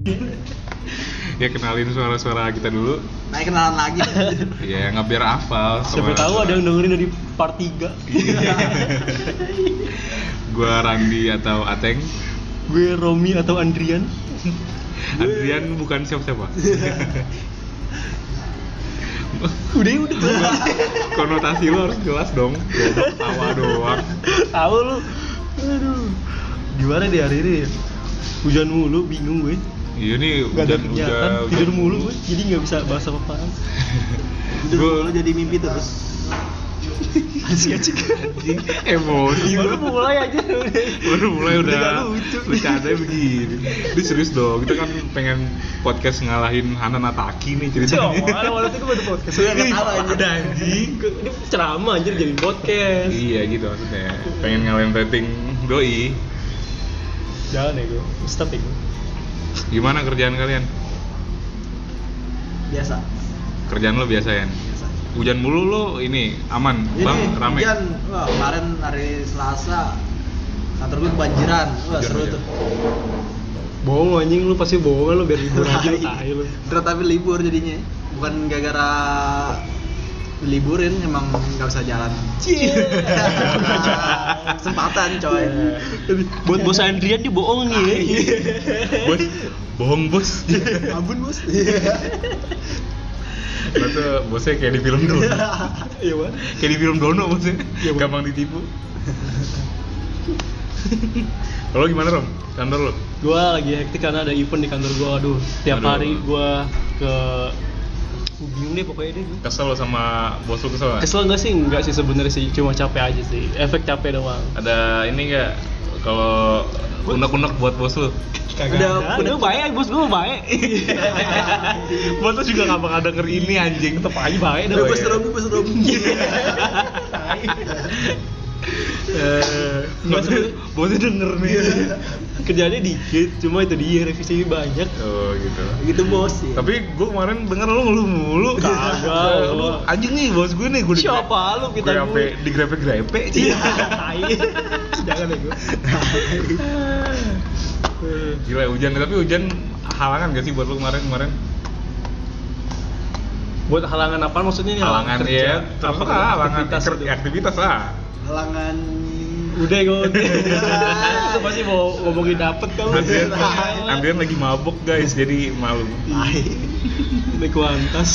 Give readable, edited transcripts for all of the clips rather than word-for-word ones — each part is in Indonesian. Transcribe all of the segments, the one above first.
Ya kenalin suara-suara kita dulu. Nah, kenalan lagi. Ya nggak biar hafal. Siapa tahu ada yang dengerin dari part 3. Gua Randi atau Ateng. Gue Romi atau Andrian. Andrian bukan siapa-siapa. Udah jelas. Konotasi lo harus jelas dong. Tawa doang. Tahu lu. Aduh. Gimana deh hari ini? Hujan mulu, bingung gue. Iya nih Gak ada kegiatan, tidur mulu gue. Jadi enggak bisa bahas apa-apaan. Tidur mulu jadi mimpi terus. Asik-asik. Emosi Baru mulai aja. Baru mulai udah Gak lucu. bercanda begini. Ini serius dong, kita kan pengen podcast ngalahin Hana Nataki nih ceritanya. Coba, waktu itu gue ada podcast. Sudah ketawa aja. Ada anjing. Ini ceramah anjir jadi podcast. Iya gitu maksudnya. Pengen ngalahin rating doi. Jangan ya gue, stop ya gue. Gimana kerjaan kalian? Biasa. Kerjaan lo biasa ya? Biasa. Hujan mulu lo ini aman, Ini bang rame. hujan. Wah, kemarin hari Selasa kantor gue kebanjiran. Wah, Hujan, seru hujan. tuh. Bohong anjing lu, pasti bohongan lu biar libur aja lu tai lu. Terus tapi libur jadinya. Bukan gara-gara liburin, emang nggak bisa jalan. Kesempatan coy. Buat bos Andrian dia bohong nih ya. Bos, bohong bos. Ampun bos. Lo tuh bosnya kayak di film Dono. Iya Bang. Kayak di film Dono bosnya. Iya, Bang. Gampang ditipu. Kalau gimana Rom? Kantor lo? Gua lagi hektik karena ada event di kantor gua. Aduh, tiap Aduh. hari gua ke bingung deh pokoknya deh. Kesel lo sama bos lo kesel nggak? Kesel enggak sih? Enggak sih sebenarnya sih, cuma capek aja sih. Efek capek doang. Ada ini nggak? Kalau unek-unek buat bos lo? Udah baik, bos gua baik. Bos lo juga nggak bakal denger ini anjing. Tetep aja baik dah. Oh, Bos iya. Robi. Bosnya denger nih. Kerjaannya dikit, cuma itu dia revisinya banyak. Oh gitu. Gitu bos ya. Tapi gue kemarin denger lu ngeluh mulu. Kagak. Lu anjing nih bos gue nih. Gue Siapa lu gue kita sampai digrepe-grepe. Iya, tai. Jangan ya gua. Gila hujan, tapi hujan halangan gak sih buat lu kemarin? Buat halangan apa maksudnya nih? Halangan kerja? ya, terserah halangan Aktivitas itu. lah. Halangan. Udah gue. Itu pasti mau ngomongin dapet kan lu. Andrian lagi mabok guys, jadi malu. Udah kuantas.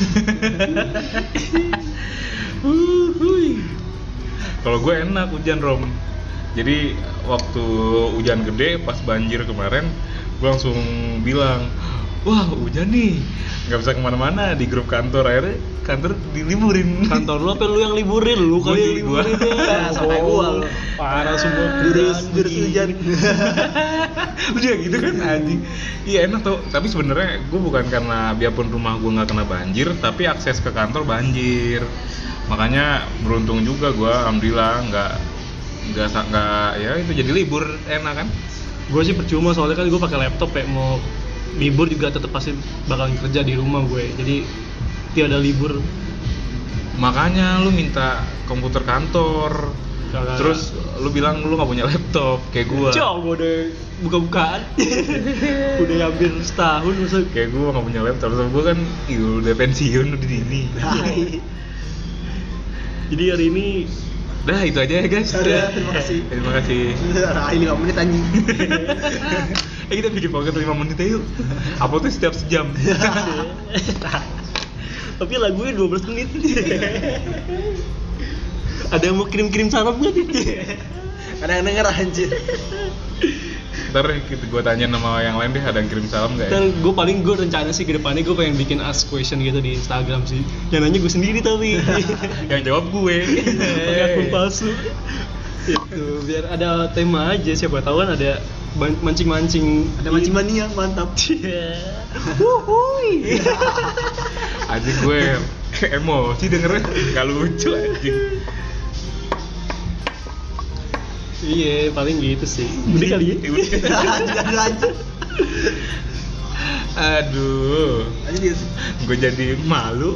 Kalau gue enak hujan Rom. Jadi waktu hujan gede pas banjir kemarin, gue langsung bilang, wah hujan nih, nggak bisa kemana-mana di grup kantor. Akhirnya kantor diliburin. Kantor lu apa lu yang liburin? Lu kali yang liburin ya. Sampai gua lu. Parah semua Jurus hujan. Lu juga gitu kan anjing. Iya enak tuh. Tapi sebenarnya gue bukan karena biarpun rumah gue nggak kena banjir, tapi akses ke kantor banjir. Makanya beruntung juga gue, alhamdulillah nggak ya itu jadi libur enak kan. Gue sih percuma soalnya kan gue pakai laptop ya, mau libur juga tetap pasti bakalan kerja di rumah gue. Jadi tiada libur. Makanya lu minta komputer kantor. Gak. Terus lu bilang lu nggak punya laptop kayak gue. Cok, gue udah buka-bukaan. Udah hampir setahun masa. Kayak gue nggak punya laptop. Terus gue kan udah pensiun udah dini. Jadi hari ini Dah itu aja ya guys. Udah, terima kasih. Terima kasih. Raih 5 menit anjing. Kita bikin podcast 5 menit aja yuk. Uploadnya setiap sejam. tapi lagunya 12 menit. Ada yang mau kirim-kirim salam nggak nih? Ada yang denger anjir. Ntar gue tanya sama yang lain deh, ada yang kirim salam gak ya? Dan gue rencana sih ke depannya gue pengen bikin ask question gitu di Instagram sih. Yang nanya gue sendiri tapi. Yang jawab gue. Pakai akun palsu. Itu biar ada tema aja, siapa tahu kan ada mancing-mancing. Ada mancing mania, mantap. Wuhui. Anjing gue emosi dengernya, gak lucu anjing. Iya, paling gitu sih. Udah kali ya. Lanjut. Aduh. Lanjut. Gue jadi malu.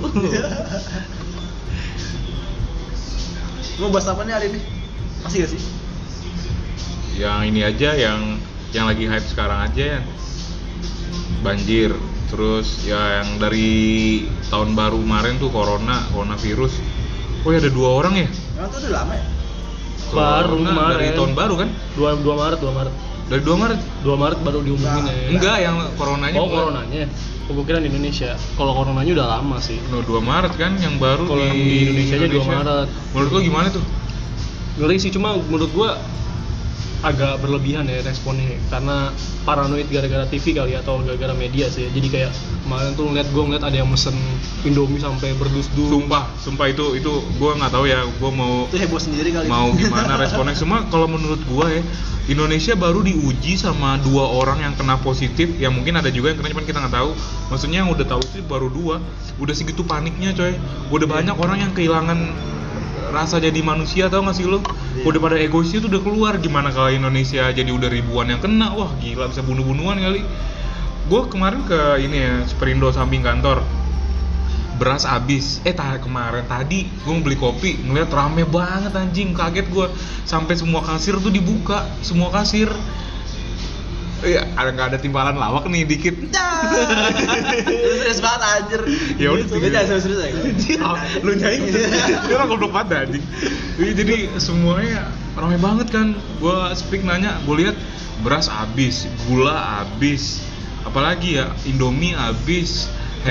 Mau bahas apa nih hari ini? Masih gak sih? Yang ini aja, yang lagi hype sekarang aja ya. banjir. Terus ya yang dari tahun baru kemarin tuh coronavirus. Oh ya ada 2 orang ya? Emang tuh udah lama ya? Baru Corona kemarin. dari tahun baru kan? 2 Maret. Dari 2 Maret? 2 Maret baru diumumin ya. Enggak, yang coronanya Oh, bukan. coronanya. Gue kira di Indonesia. Kalau coronanya udah lama sih. No, 2 Maret kan yang baru Kalau yang di Indonesia aja 2 Maret. Menurut lo gimana tuh? Ngeri sih, cuma menurut gua agak berlebihan ya responnya, karena paranoid gara-gara TV kali atau gara-gara media sih. Jadi kayak kemarin tuh ngeliat ada yang mesen Indomie sampai berdus-dus. Sumpah itu gue nggak tahu ya, gue mau Itu heboh sendiri kali. gimana responnya. Cuma kalau menurut gue ya, Indonesia baru diuji sama 2 orang yang kena positif, yang mungkin ada juga yang kena cuman kita nggak tahu. Maksudnya yang udah tahu sih baru 2. Udah segitu paniknya coy. Udah banyak orang yang kehilangan rasa jadi manusia, tau gak sih lo? Udah pada egoisnya tuh udah keluar. Gimana kalau Indonesia jadi udah ribuan yang kena, wah gila bisa bunuh-bunuhan kali. Gue kemarin ke ini ya, Superindo samping kantor, beras habis. Kemarin tadi gue mau beli kopi, ngeliat rame banget anjing, kaget gue. Sampai semua kasir tuh dibuka, semua kasir. Iya, nggak ada timpalan lawak nih dikit. Serius banget anjir. Ya udah, Gue jangan serius ya. Lu nyanyi dia orang goblok banget anjing. Jadi semuanya ramai banget kan. Gua speak nanya, gue lihat beras habis, gula habis, apalagi ya, Indomie habis,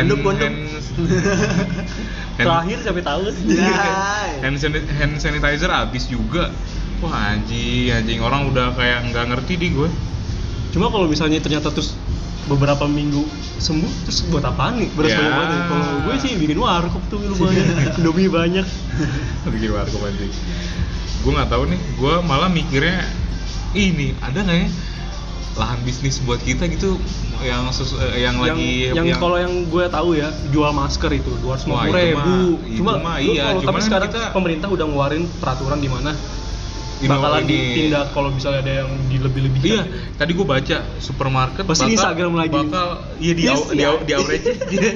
Terakhir sampai tahun. hand sanitizer habis juga. Wah anjing orang udah kayak nggak ngerti di gue. Cuma kalau misalnya ternyata terus beberapa minggu sembuh, terus buat apaan nih beras Ya. banyak banget? Kalau gue sih bikin warkop tuh lumayan. Indomie banyak. Bikin warkop anjing. Gue nggak tahu nih, gue malah mikirnya ini ada nggak ya lahan bisnis buat kita gitu yang kalau yang gue tahu ya, jual masker itu 250.000. Cuma iya, tapi sekarang kita pemerintah udah ngeluarin peraturan di mana bakalan ditindak kalau misalnya ada yang dilebih-lebihkan. Iya, tadi gue baca supermarket pasti di Instagram lagi. Bakal iya di average.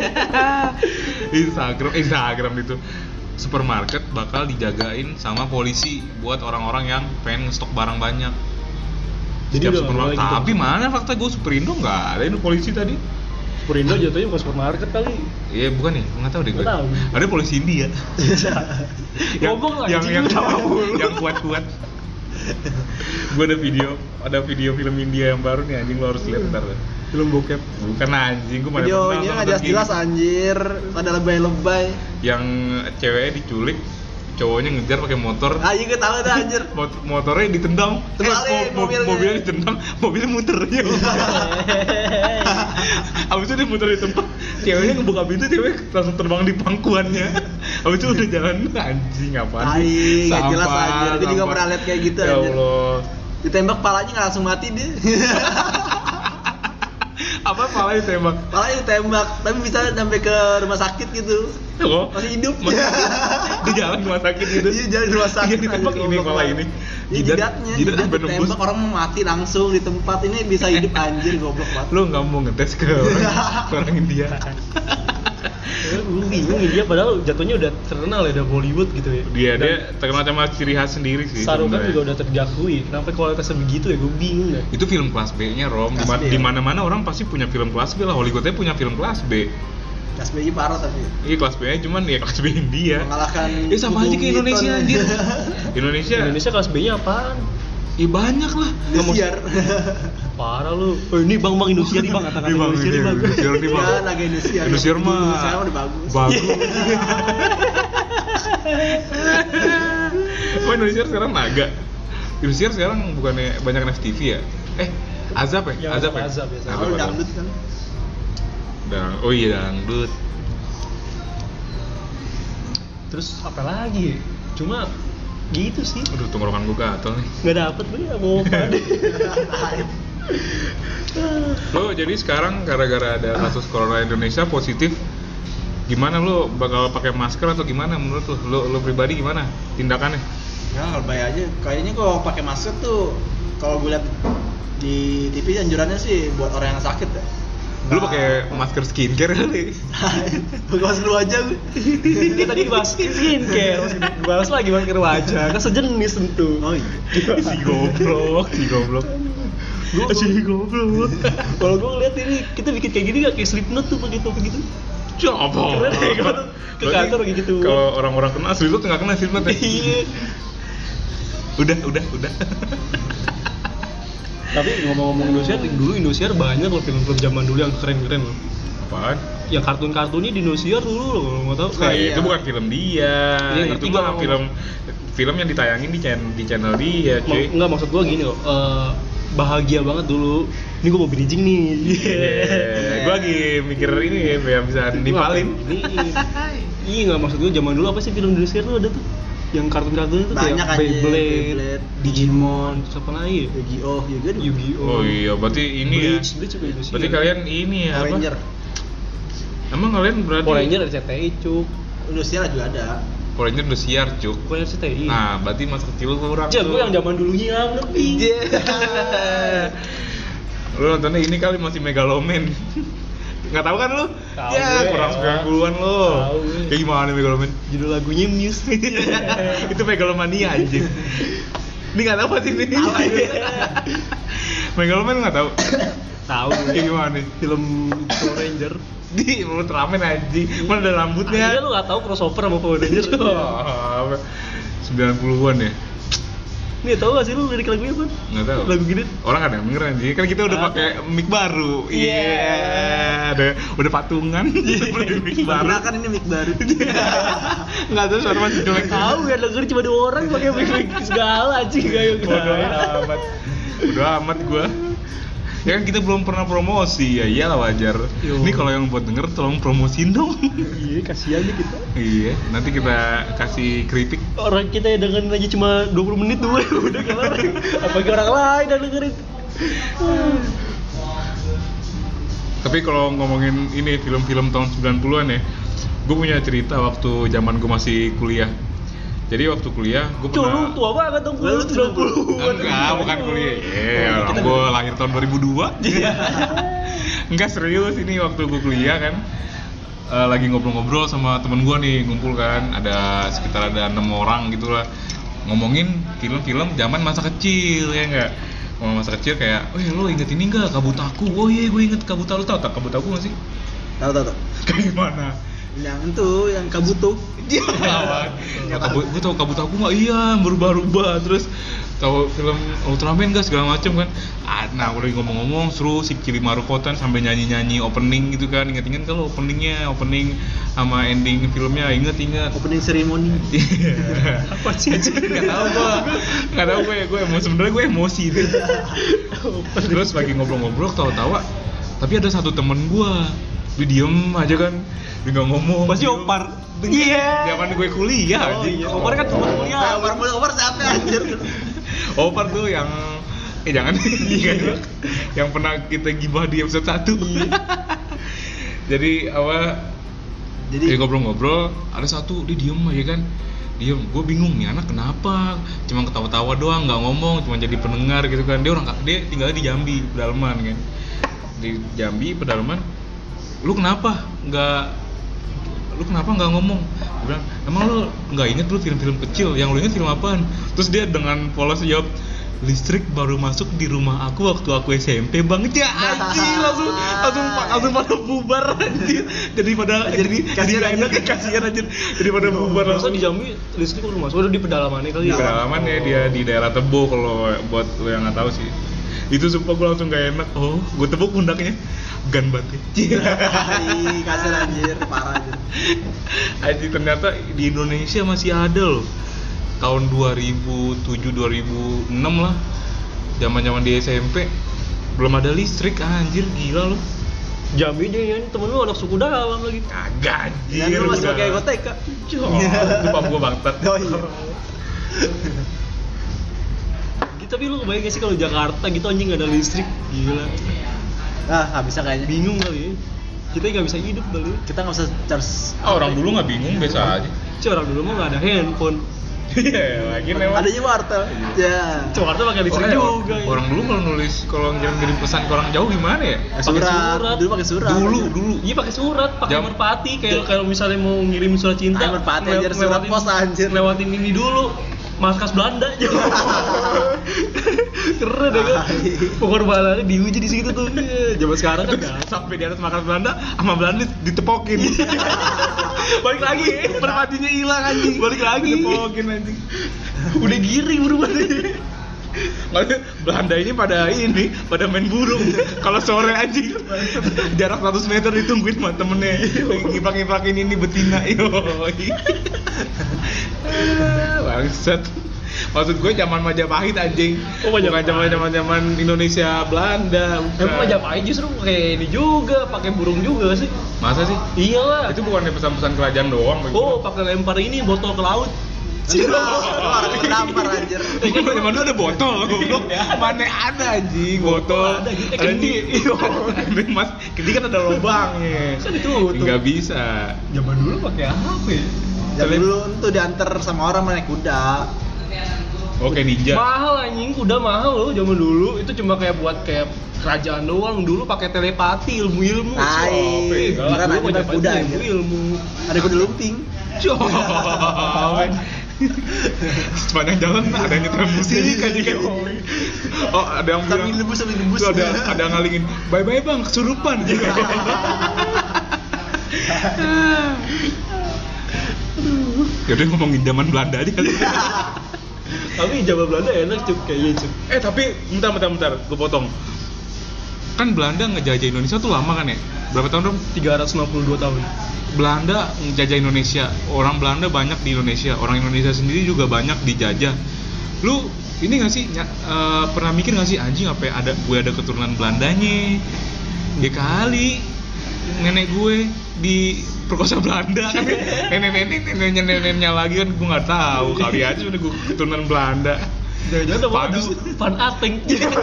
Instagram itu supermarket bakal dijagain sama polisi buat orang-orang yang pengen stok barang banyak. Jadi Setiap udah supermarket. mulai gitu. Tapi mana fakta gue Superindo nggak ada ini polisi tadi. Superindo jatuhnya bukan supermarket kali. Iya bukan ya, nggak tahu deh gue. Nggak tahu. Ada polisi India. Ngomong lah, yang kuat-kuat. Gue ada video film India yang baru nih anjing, lo harus lihat ntar. Film bokep. Bukan anjing, gue Videonya nggak jelas anjir, ada lebay-lebay. Yang ceweknya diculik, cowoknya ngejar pakai motor. Ah iya gue tahu tuh anjir. Motornya ditendang, terus Kali mobilnya. mobilnya ditendang, mobilnya muter ya. Abis itu dia muter di tempat, ceweknya ngebuka pintu, cewek langsung terbang di pangkuannya. Abis itu udah jalan, anjing apaan Ay, nggak jelas anjir. Gue juga pernah lihat kayak gitu ya anjir. Allah. Ditembak palanya nggak langsung mati dia. Apa palanya ditembak? Palanya ditembak, tapi bisa sampai ke rumah sakit gitu. Oh, Masih hidup. di jalan rumah sakit gitu. Iya jalan di rumah sakit. Iya, ditembak anjir, ini goblok pala banget. ini. Iya, jidatnya sampai nembus. ditembak, orang mau mati langsung di tempat. Ini bisa hidup anjir, goblok banget. Lu nggak mau ngetes ke orang India? Gue bingung India padahal jatuhnya udah terkenal ya, udah Bollywood gitu ya. Dia terkenal sama ciri khas sendiri sih. Sarukan sebenarnya. juga udah terjakui. Kenapa kualitasnya begitu ya? Gue bingung ya. Itu film kelas B-nya Rom. Kelas B. Di mana-mana orang pasti punya film kelas B lah. Hollywoodnya punya film kelas B. Kelas B parah tapi Iya kelas B-nya cuman ya kelas B India. mengalahkan Sama aja kayak Indonesia Buton. anjir. Indonesia Kelas B-nya apaan? ya banyak lah. Indosiar. Parah lu. Oh, ini Bang Indosiar nih Bang, kata-kata Ini Bang, Indosiar nih Bang. Indosiar nih Bang. Ya, naga Indosiar. Indosiar mah Sekarang udah bagus. bagus. Oh Indonesia sekarang naga. Indonesia sekarang bukannya banyak FTV ya? Azab ya? Ya, Azab ya? Azab ya, Kalau dangdut kan. Oh iya dangdut. Terus apa lagi? Cuma gitu sih. Aduh tenggorokan gue gatel nih. Nggak dapet gue ya mau apa deh. Lo jadi sekarang gara-gara ada kasus corona Indonesia positif, gimana lo bakal pakai masker atau gimana menurut lo? Lo pribadi gimana tindakannya? Ya lebay aja. Kayaknya kalau pakai masker tuh kalau gue lihat di TV anjurannya sih buat orang yang sakit ya. Lo pakai masker skincare kali? Pakai masker wajah gue. Dia tadi bahas skincare, bahas lagi masker wajah, kan sejenis tentu. Oh iya. si goblok. Asli goblok. Kalau gue ngeliat ini kita bikin kayak gini gak kayak Slipknot tuh pakai topi gitu. Coba. Keren ya kalau ke kantor kayak gitu. Kalau orang-orang kena Slipknot nggak kena Slipknot ya. Iya. Udah. Tapi ngomong-ngomong Indosiar, dulu Indosiar banyak loh film-film zaman dulu yang keren-keren loh. Apaan? Yang kartun-kartunnya di Indosiar dulu loh, kalau nggak tahu. Nah, itu bukan film dia. Iya, Itu ngerti mah gua. film yang ditayangin di channel dia, cuy. Enggak, maksud gua gini loh. Bahagia banget dulu. Ini gua mau bridging nih. Gue lagi mikir ini ya, biar bisa nipalin. Iya, nggak, maksud gua zaman dulu apa sih film Indosiar tuh ada tuh? Yang kartun-kartun itu Banyak kayak anjing, Beyblade, Beyblade, Digimon, siapa lagi? Yu-Gi-Oh juga dulu. Yu-Gi-Oh. Oh iya, berarti ini ya. Bleach juga Indosiar. Berarti kalian ini ya Power apa? Ranger. Emang kalian berarti Power Ranger ada CTI, cuk. Indosiar juga ada. Power Ranger udah siar, cuk. Power Ranger CTI. Nah, berarti masa kecil lu kurang. Jar, tuh. gua yang zaman dulunya lebih. Lu nontonnya ini kali masih Megaloman. Nggak tahu kan lu? Tahu Ya, gue. kurang 90-an lu. Tahu gue. Kayak gimana Megaloman? Judul lagunya Muse. Itu Megalomania anjing. Ini nggak tahu apa sih ini? Megaloman nggak tahu. Tahu Kayak gimana nih? film Power Ranger. Di mulut ramen anjing. Mana ada rambutnya? Akhirnya lu gak tahu crossover sama Power Ranger. 90-an ya? Nih tahu gak sih lu lirik lagunya apa? Nggak tahu. Lagu gini. Orang ada yang denger anjing. Kan kita udah Ada. pakai mic baru. Iya. Udah patungan seperti mic baru. Karena kan ini mic baru. Nggak tahu suara masih jelek. Tahu ya denger cuma 2 orang pakai mic segala anjing kayak Bodoh amat. Bodoh amat gua. Ya kan kita belum pernah promosi, ya iyalah wajar. Yo. Ini kalau yang buat denger tolong promosiin dong. Iya, kasihan nih kita. Iya, nanti kita kasih kritik. Orang kita yang dengerin aja cuma 20 menit dulu udah kelar. Apalagi orang lain yang dengerin. Tapi kalau ngomongin ini film-film tahun 90-an ya, gue punya cerita waktu zaman gue masih kuliah. Jadi waktu kuliah gue Cuk, lu pernah tua banget dong, Lu 90-an. Enggak, bukan kuliah. Orang gue lahir tahun 2002. Enggak, serius ini waktu gue kuliah kan. Lagi ngobrol-ngobrol sama temen gue nih, ngumpul kan. Ada sekitar 6 orang gitu lah. Ngomongin film-film zaman masa kecil, ya enggak? Ngomong masa kecil kayak, lo inget ini enggak, Kabutaku? Oh iya, gue inget Kabutaku. Lu tau tak Kabutaku gak sih? Tahu. Kayak gimana? Yang itu, yang Kabuto. Gue tau Kabutaku nggak? Iya, berubah-ubah. Terus tahu film Ultraman gak segala macem kan? Nah, udah ngomong-ngomong seru si Kirimaru Kotan sampai nyanyi-nyanyi opening gitu kan. Ingat-ingat kalau opening sama ending filmnya inget-inget. Opening ceremony. Apa sih? Nggak tahu gue emosi, sebenarnya gue emosi itu. Terus lagi ngobrol-ngobrol tawa-tawa, tapi ada satu temen gue, dia diem aja kan, dia nggak ngomong. Pasti Diem. Opar. Iya. Zaman gue kuliah. Oh anjing. iya, Opar kan teman kuliah. Opar siapa anjir? Opar tuh yang jangan yang pernah kita gibah di episode 1. Jadi Jadi ngobrol-ngobrol, ada satu dia diem aja kan. Diem, gue bingung nih anak kenapa, cuma ketawa-tawa doang, nggak ngomong, cuma jadi pendengar gitu kan. Dia tinggalnya di Jambi, pedalaman kan. Di Jambi pedalaman. Lu kenapa nggak ngomong? Gue bilang, emang lu nggak inget lu film-film kecil? Yang lu inget film apaan? Terus dia dengan polos jawab, listrik baru masuk di rumah aku waktu aku SMP banget ya anjing. langsung pada bubar anjir. Jadi kasihan enak anjir. kasihan anjir. Jadi pada bubar Masa langsung di Jambi listrik udah masuk, udah di pedalamannya kali di ya. pedalaman ya, dia di daerah Tebo kalau buat lu yang nggak tahu sih. Itu sumpah gue langsung gak enak. Oh, gue tepuk pundaknya. Gan banget. Ih, kasar anjir, parah anjir. Anjir, ternyata di Indonesia masih ada loh. Tahun 2007 2006 lah. Zaman-zaman di SMP belum ada listrik anjir, gila loh. Jambi dia temen lu anak suku dalam lagi. Kagak Ya anjir. lu masih udah. pakai GoTK. Oh, itu pap gue bangsat. Oh iya. Tapi lu kebayang gak sih kalau Jakarta gitu anjing gak ada listrik? Gila. Ah, nggak bisa kayaknya. Bingung kali ya. Kita gak bisa hidup kali ya. Kita nggak bisa charge. Orang dulu nggak bingung, biasa aja. Orang dulu mah gak ada handphone. Iya, lagi lewat. Adanya wartel. Ya. Jakarta pakai listrik juga. Ya. Orang dulu kalau ngirim pesan ke orang jauh gimana ya? Pakai surat. Dulu pakai surat. Dulu. Iya pakai surat, pakai Jam- merpati kayak kalau misalnya mau ngirim surat cinta. Ah, merpati anjir, surat pos anjir. Lewatin ini dulu. Markas Belanda. Keren ya kan. Pengorbanannya diuji di situ tuh. Zaman sekarang kan Sampai di atas makan Belanda sama Belanda ditepokin. balik lagi. Merpatinya hilang anjing. Balik lagi. Ditepokin anjing. Udah giring berubah. Makanya Belanda ini pada main burung. Kalau sore anjing jarak 100 meter ditungguin sama temennya. Ngiplak-ngiplakin ini betina. Yoi. Bangsat. Maksud gue zaman Majapahit anjing. Oh, Majapahit. Bukan zaman Indonesia Belanda. Emang Majapahit justru kayak ini juga, pakai burung juga sih. Masa sih? Iyalah. Itu bukannya pesan-pesan kerajaan doang begitu. Oh, pakai lempar ini botol ke laut. Orang nampar anjir. Kan zaman dulu ada botol, goblok. Mana ada anjing botol. Ada gitu. Ada di Mas, kendi kan ada lubangnya. Kan itu Enggak bisa. Zaman dulu pakai apa ya? Zaman dulu tuh diantar sama orang naik kuda. Oke, ninja. Mahal anjing, kuda mahal loh zaman dulu. Itu cuma kayak buat kayak kerajaan doang. Dulu pakai telepati, ilmu-ilmu. Tai. Kan Bukan ada kuda anjir. ilmu. Ada kuda lumping. Sepanjang jalan ada yang nyetel musik aja kan. Oh, ada yang Sambil bilang nembus. tuh ada ngalingin bye-bye bang, kesurupan. Yaudah ngomongin zaman Belanda aja kali. Tapi zaman Belanda enak cuk kayaknya cuk. Tapi bentar, gue potong. Kan Belanda ngejajah Indonesia tuh lama kan ya? Berapa tahun dong? 352 tahun. Belanda ngejajah Indonesia. Orang Belanda banyak di Indonesia. Orang Indonesia sendiri juga banyak dijajah. Lu ini nggak sih pernah mikir nggak sih anjing apa ya, gue ada keturunan Belandanya? Ya kali nenek gue di perkosa Belanda kan. neneknya lagi kan gue nggak tahu. Kali aja udah gue keturunan Belanda. Jangan-jangan ada fan acting.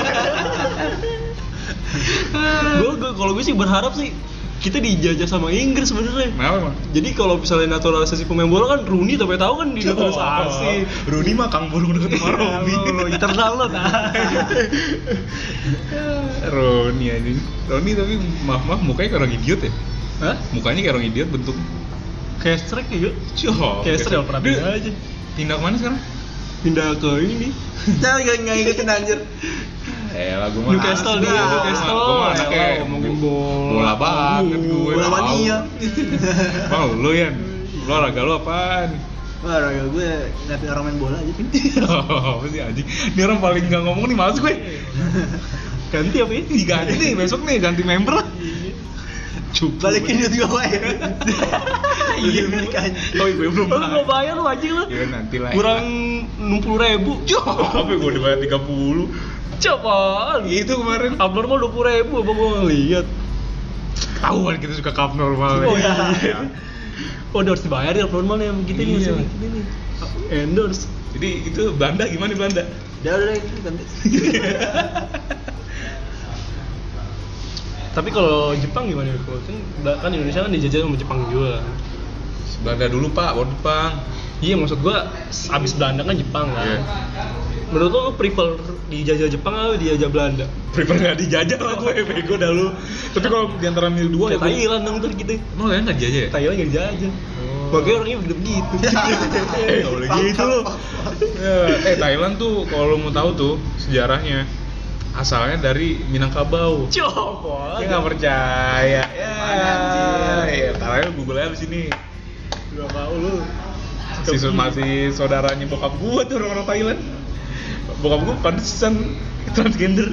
Kalau gue sih berharap sih kita dijajah sama Inggris sebenarnya. Kenapa emang? Jadi kalau misalnya naturalisasi pemain bola kan Rooney tapi tahu kan dinaturalisasi. Rooney mah kang burung deket sama Robi. Lo internal lo nah. Rooney anjing. Rooney tapi maaf mukanya kayak orang idiot ya. Hah? Mukanya kayak orang idiot bentuk. Kayak Shrek juga. Kayak Shrek pernah pindah aja. Pindah kemana sekarang? Pindah ke ini. Jangan nggak ngikutin anjir. Lah gue mah Newcastle dia, Newcastle. Gue mah anaknya ngomongin bola banget gue. Bola mania. Bang lu Yan, lu olahraga lu apaan? Wah, olahraga gue ngeliatin orang main bola aja. Apa sih anjing? Ini orang paling gak ngomong nih, males gue. Ganti apa ya? Diganti nih, besok nih ganti member lah. Balikin duit gue wae. Iya kan. Oh, gue belum Lu mau bayar lu anjing lu. Ya nanti lah. Kurang 60.000. Apa gue dibayar 30? Coba. Itu kemarin Abnormal 20.000 apa gua ngeliat. tahuan kita suka cup normal. Oh iya. Oh, udah harus dibayar ya abnormal yang begitu nih. Iya. Ini nih. Endorse. Jadi itu Belanda gimana di Belanda? Udah ganti. Tapi kalau Jepang gimana ya? Kan Indonesia kan dijajah sama Jepang juga. Belanda dulu Pak, baru Jepang. Iya, maksud gua abis Belanda kan Jepang kan. Iya. Menurut lo prefer dijajah Jepang atau dijajah Belanda? Prefer nggak dijajah lah gue, bego dah lu. Tapi kalau di antara milih dua ya Kayak Thailand dong ntar gitu. emang kalian nggak dijajah ya? Thailand nggak dijajah. Makanya orangnya begitu. Nggak boleh gitu loh. Thailand tuh kalau lo mau tahu tuh sejarahnya asalnya dari Minangkabau. Coba. Dia nggak percaya. Mana anjir? Ya, karena Google aja di sini. Gak mau lu. Masih saudaranya bokap gua tuh orang-orang Thailand. Bokap gua pantesan transgender.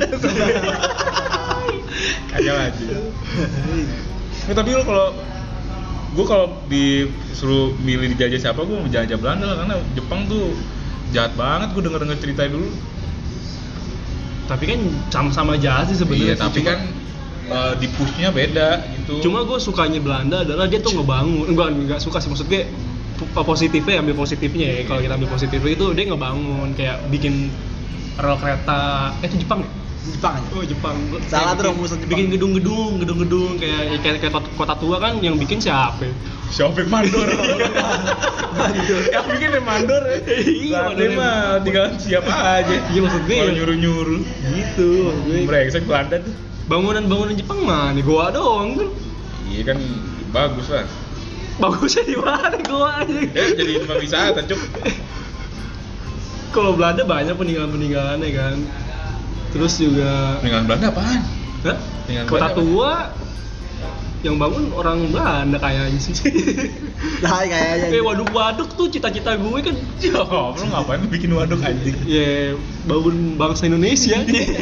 Kayaknya aja. Nah, tapi lo kalau disuruh milih dijajah siapa, gua mau jajah Belanda lah, karena Jepang tuh jahat banget. Gua denger ceritanya dulu. Tapi kan sama-sama jahat sih sebenarnya. Iya, tapi kan di pushnya beda gitu. Cuma gue sukanya Belanda adalah dia tuh ngebangun. Enggak suka sih, maksud gue positifnya, ambil positifnya ya. Kalau kita ambil positifnya itu dia ngebangun kayak bikin rel kereta. Itu Jepang ya? Jepang aja. Oh, Jepang. Salah tuh Kayak musuh Jepang. bikin gedung-gedung kayak kota tua kan yang bikin siapa? Shopping mandor. Yang bikin yang mandor ya. Iya, Belanda mah tinggal siap aja. Iya, maksud gue kalau ya. nyuruh-nyuruh. Gitu, maksud gue. Brengsek Belanda tuh. Bangunan Jepang mah nih goa doang kan. Iya kan bagus lah. Bagusnya di mana goa aja. Ya jadi tempat wisata, Cuk. Kalau Belanda banyak peninggalan-peninggalannya kan. Terus juga Peninggalan Belanda apaan? Hah? Peninggalan Kota Belanda tua yang bangun orang Belanda kayaknya sih. Nah, kayaknya. Kayak waduk-waduk tuh cita-cita gue kan. Ya, lu ngapain bikin waduk anjing? Ya bangun bangsa Indonesia.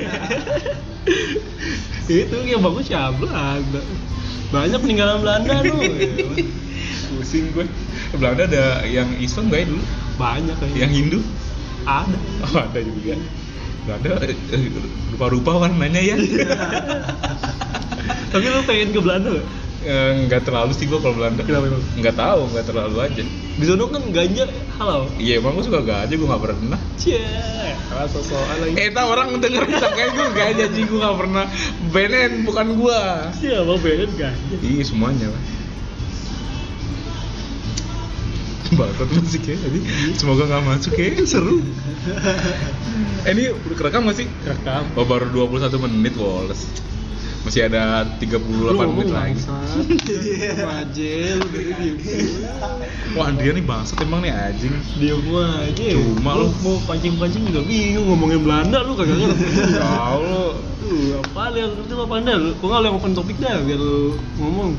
Itu yang bangun siapa Belanda. Banyak peninggalan Belanda tuh. Pusing gue. Belanda ada yang Islam gak ya dulu? Banyak kayaknya. Yang Hindu? Ada. Oh, ada juga. Belanda rupa-rupa warnanya ya. Tapi lu pengen ke Belanda gak? Nggak terlalu sih gue kalau Belanda. Kenapa emang? Nggak tahu, nggak terlalu aja. Di sono kan ganja halal. Iya emang gue suka ganja, gue nggak pernah. Cie, rasa soal lagi. Tahu orang denger kayak gue ganja sih, gue nggak pernah. Benen bukan gue. Iya, mau benen ganja. Iya semuanya lah. Batot musik ya, jadi semoga nggak masuk ya. Seru. Ini udah kerekam nggak sih? Rekam. Oh baru 21 menit Wallace. Masih ada 38 menit lagi. Majel, Wah dia nih bangsat emang nih anjing. dia gua aja. Cuma lu mau pancing-pancing juga bingung ngomongin Belanda lu kagak ngerti. Tahu lu. Apa yang ngerti lu Panda lu? Kok enggak yang open topik dah biar lu ngomong.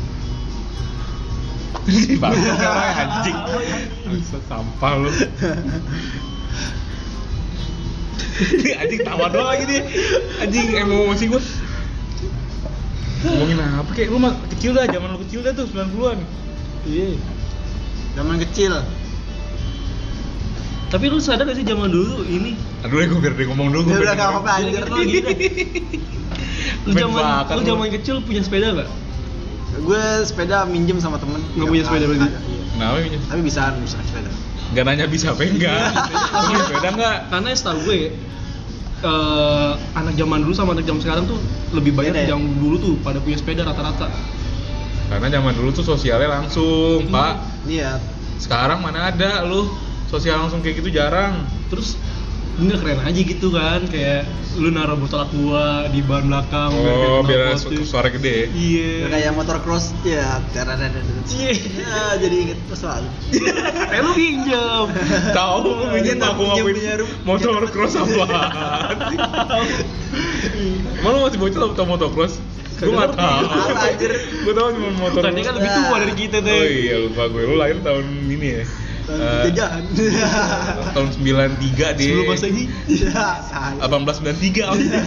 Bangsat orang anjing. Bangsat sampah lu. Anjing tawa doang lagi dia. Anjing emosi gua. Ngomongin apa kayak lu mah kecil dah, zaman lu kecil dah tuh 90-an. Iya. Zaman kecil. Tapi lu sadar gak sih zaman dulu ini? Aduh gue biar dia ngomong dulu. Udah enggak apa-apa anjir. Lu zaman kecil punya sepeda gak? Gue sepeda minjem sama temen. Nggak punya sepeda berarti? Kenapa ini? Tapi bisa sepeda. Gak nanya bisa apa enggak. Punya sepeda enggak? Karena setahu gue anak zaman dulu sama anak zaman sekarang tuh lebih banyak Beda ya? yang dulu tuh pada punya sepeda rata-rata. Karena zaman dulu tuh sosialnya langsung, Pak. Iya. Sekarang mana ada lu sosial langsung kayak gitu jarang. Terus nggak keren aja gitu kan, kayak lu naruh botol aqua di ban belakang Oh, biar knalpot. suara gede. Iya. Kayak motor cross ya. Iya. Ya, jadi inget persoalan. Lu pinjam. Tahu lu minjem aku ngapain punya motor cross apaan? Emang lu masih bocil atau motocross? Gue nggak tahu. Anjir. Gue tahu cuma motor. Kan dia kan lebih tua dari kita deh. Oh iya lupa gue. Lu lahir tahun ini ya. Penjajahan. Tahun 93 deh. Sebelum Masehi. Iya, salah. 1893 maksudnya.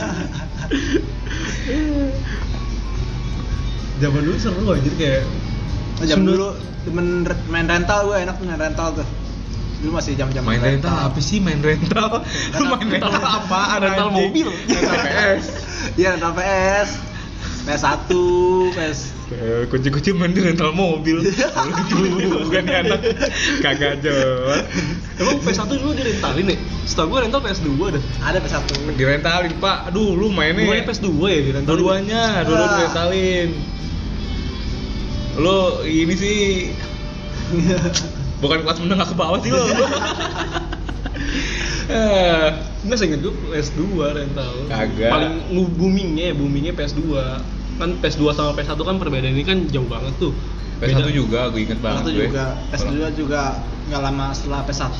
Zaman dulu seru anjir kayak Jam dulu temen main rental gue enak tuh main rental tuh. Dulu masih jam-jam Main rental apa sih main rental? Main rental apaan? Rental anjing? mobil. Rental PS. Iya rental PS. PS1, PS. Kunci-kunci main di rental mobil. Bukan ya anak. Kagak jelas. emang PS1 dulu direntalin ya? Setahu gue rental PS2 dah. Ada PS1. Direntalin, Pak. Aduh, lu mainnya. Bukannya PS2 ya direntalin? Dua-duanya direntalin. Lu ini sih bukan kelas menengah ke bawah sih lo. Nggak, saya inget gue PS2 rental. Kagak. Paling boomingnya PS2. Kan PS2 sama PS1 kan perbedaan ini kan jauh banget tuh. PS1 juga, gue inget banget. PS1 juga. PS2 juga nggak lama setelah PS1.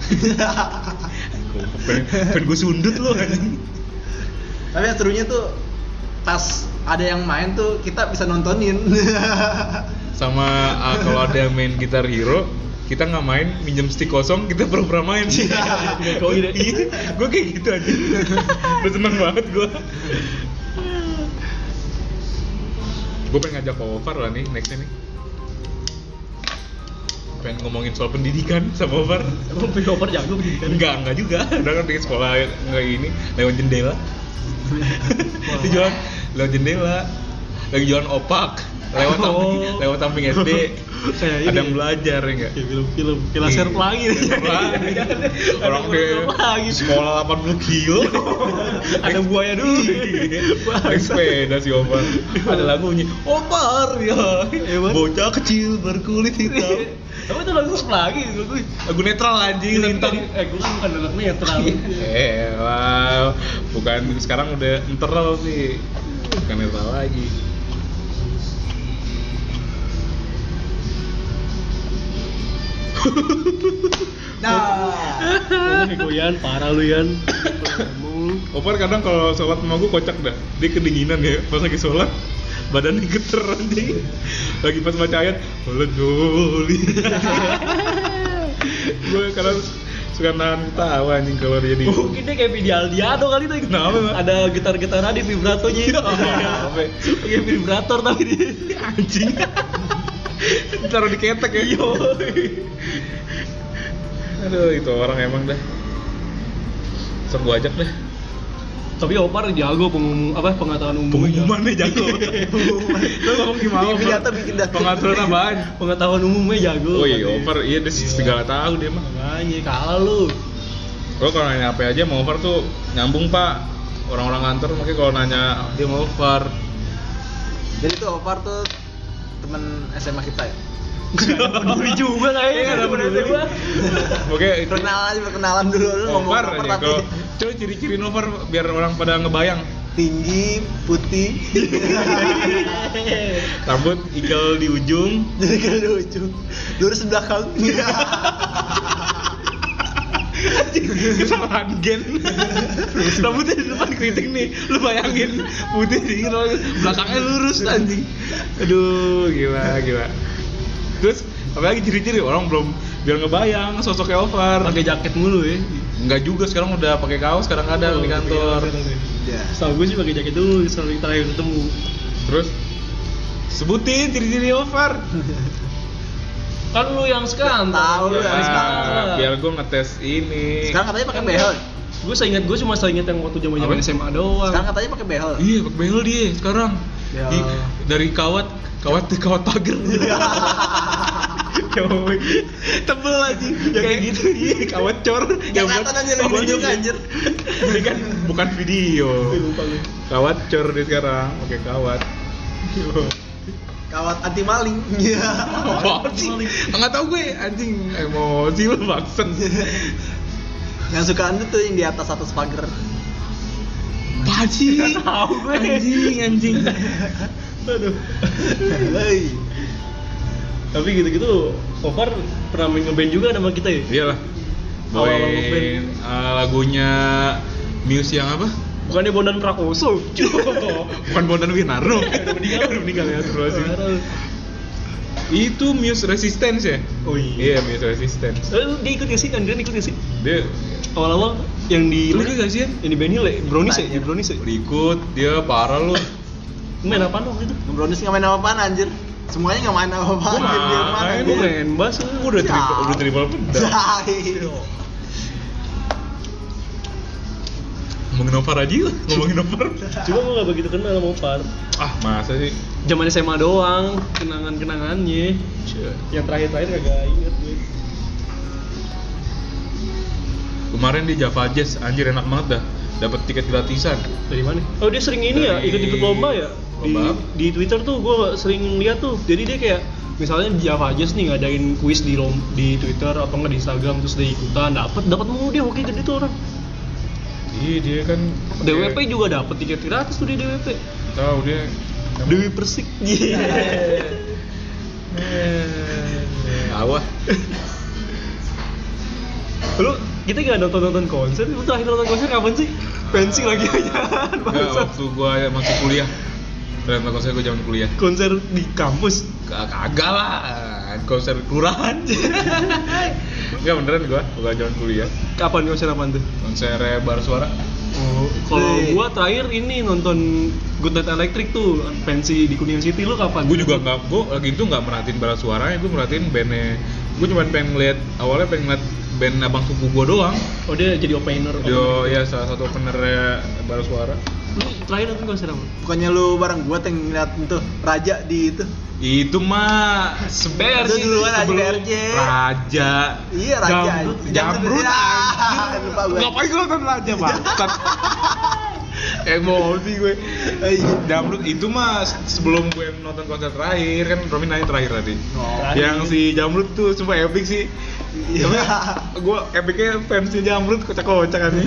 Pengen gue sundut lu anjing. Tapi yang serunya tuh pas ada yang main tuh kita bisa nontonin. Sama kalau ada yang main Guitar Hero, kita nggak main, minjem stick kosong, kita pura-pura main. Iya, gue kayak gitu aja. Udah seneng banget gue. Gue pengen ngajak Pak Ovar lah nih nextnya nih. Pengen ngomongin soal pendidikan sama Ovar. Emang Pak Ovar jago pendidikan? Enggak juga. Udah kan di sekolah nggak ini lewat jendela. Dia jualan lewat jendela. Lagi jualan opak. Lewat samping SD. Kayak ada ini. yang belajar ya enggak? Kayak film-film Laser Pelangi. Orang di sekolah 80 kilo. Ada buaya dulu. Naik sepeda si Ovar. Ada lagunya Ovar ya. Bocah kecil berkulit hitam. Tapi itu lagu Pelangi gue. Lagu netral anjing lintang. Gue kan bukan anak netral. Wow. Bukan sekarang udah netral sih. Bukan netral lagi. Nah. Ngomong Yan, parah lu Yan. Opar kadang kalau sholat sama gue kocak dah. Dia kedinginan ya, pas lagi sholat badannya geter anjing. Lagi pas baca ayat, "Waladoli." Gue kadang suka nahan tawa anjing kalau dia di. Mungkin dia kayak video Aldiano kali tuh. Kenapa, Bang? Ada gitar-gitaran di vibratonya. Apa? Pakai vibrator tapi dia Anjing. Taruh di ketek ya. Aduh, itu orang emang dah. Sok gua ajak deh. Tapi Opar jago pengetahuan umum. Pengumumannya jago. Lu ngomong gimana? Ternyata bikin dah. Pengaturan apaan? Pengetahuan umumnya jago. Oh iya, Opar iya dia segala tahu dia mah. Makanya kalah lu. Lo kalau nanya apa aja mau Opar tuh nyambung pak. Orang-orang kantor makanya kalau nanya dia mau Opar. Jadi tuh Opar tuh temen SMA kita ya. Peduli juga kayaknya. Nggak peduli. Oke, itu Perkenalan dulu lu ngomong Opar Opar aja. tapi Kalau coba ciri-ciri Opar biar orang pada ngebayang. tinggi, putih. Rambut ikal di ujung. Jadi kan di ujung. Lurus belakang. Kesalahan gen. Rambutnya di depan keriting nih. Lu bayangin putih dingin belakangnya lurus anjing. Aduh, gila. Terus apalagi ciri-ciri orang belum biar ngebayang sosoknya Opar. Pakai jaket mulu ya. Enggak juga, sekarang udah pakai kaos kadang-kadang di kantor. Ya. Setahu gue sih pakai jaket dulu sering terakhir ketemu. Terus sebutin ciri-ciri Opar. Kan lu yang sekarang Tahu lu yang sekarang. Biar gue ngetes ini. Sekarang katanya pakai behel. Gue cuma seinget yang waktu zaman Apa? SMA doang. Sekarang katanya pakai behel. Iya, pakai behel dia sekarang. Ya. Dari kawat pagar. Tebel aja kayak gitu. Iya, kawat cor. Yang kelihatan aja lu nunjuk anjir. Ini kan bukan video. Kawat cor dia sekarang, pakai kawat. Kawat anti maling. Iya. Apaan sih? Enggak tahu gue anjing emosi lu bangsat. Yang sukaan lu tuh yang di atas pagar. Apaan sih? Tahu gue. Anjing. Aduh. Hei. Tapi gitu-gitu Opar pernah main ngeband juga sama kita ya? Iyalah. Awal-awal ngeband. Lagunya Muse yang apa? Bukannya Bondan Prakoso? Bukan Bondan Winarno. Udah meninggal ya terus. Itu Muse Resistance ya? Oh iya. Iya, Muse Resistance. Dia ikut gak sih? Andrian ikut gak sih? Dia Awal-awal yang di lu gak sih? yang di band Hile, Brownies ya? Di Brownies ya? Ikut, dia parah lu. Main apaan waktu itu? Brownies nggak main apa-apaan anjir. Semuanya nggak main apa-apaan. Gua Dia main, mana? Gue main bass. Gua udah triple pedal. Ngomongin Opar aja lah, ngomongin Opar. Cuma gue gak begitu kenal sama Opar. Ah, masa sih? Zaman SMA doang, kenangan-kenangannya. Yang terakhir-terakhir kagak inget gue. Kemarin di Java Jazz, anjir enak banget dah. Dapat tiket gratisan. Dari mana? Oh dia sering ini ya, Dari ikut-ikut lomba ya? lomba. Di Twitter tuh gue sering lihat tuh. Jadi dia kayak misalnya di Java Jazz nih ngadain kuis di Twitter atau nggak di Instagram terus dia ikutan dapat mulu dia hoki gede tuh orang. Iya, dia kan DWP juga dapat tiket gratis tuh di DWP. Tahu dia Dewi Persik. Iya. Awah. Lu kita nggak nonton konser? Lu terakhir nonton konser kapan sih? Pensi lagi aja. Enggak, waktu gua masih kuliah. Terakhir konser gua zaman kuliah. Konser di kampus. Kagak lah, konser kelurahan. Enggak beneran gua zaman kuliah. Kapan konser apaan tuh? Konser Bar Suara. Oh, kalau gua terakhir ini nonton Good Night Electric tuh pensi di Kuningan City. Lu kapan? Gua juga gua lagi itu nggak merhatiin Bar Suaranya, gua merhatiin bandnya. Gua cuma pengen awalnya pengen ngeliat band abang sepupu gua doang. Oh dia jadi opener. Ya salah satu openernya Bar Suara. Lu terakhir nonton konser apa? Bukannya lu bareng gua yang ngeliat tuh Raja di itu. Itu mah Itu duluan aja BRJ. Raja. Iya Raja. Jamrut. Ya, lupa gue. Ngapain gue nonton Raja, bangsat. Emosi gue. Jamrut itu mah sebelum gue nonton konser terakhir kan Romi nanya terakhir tadi. Oh. Yang si Jamrut tuh sumpah epic sih. Iya. Gue epicnya fansnya Jamrut kocak-kocak kan nih.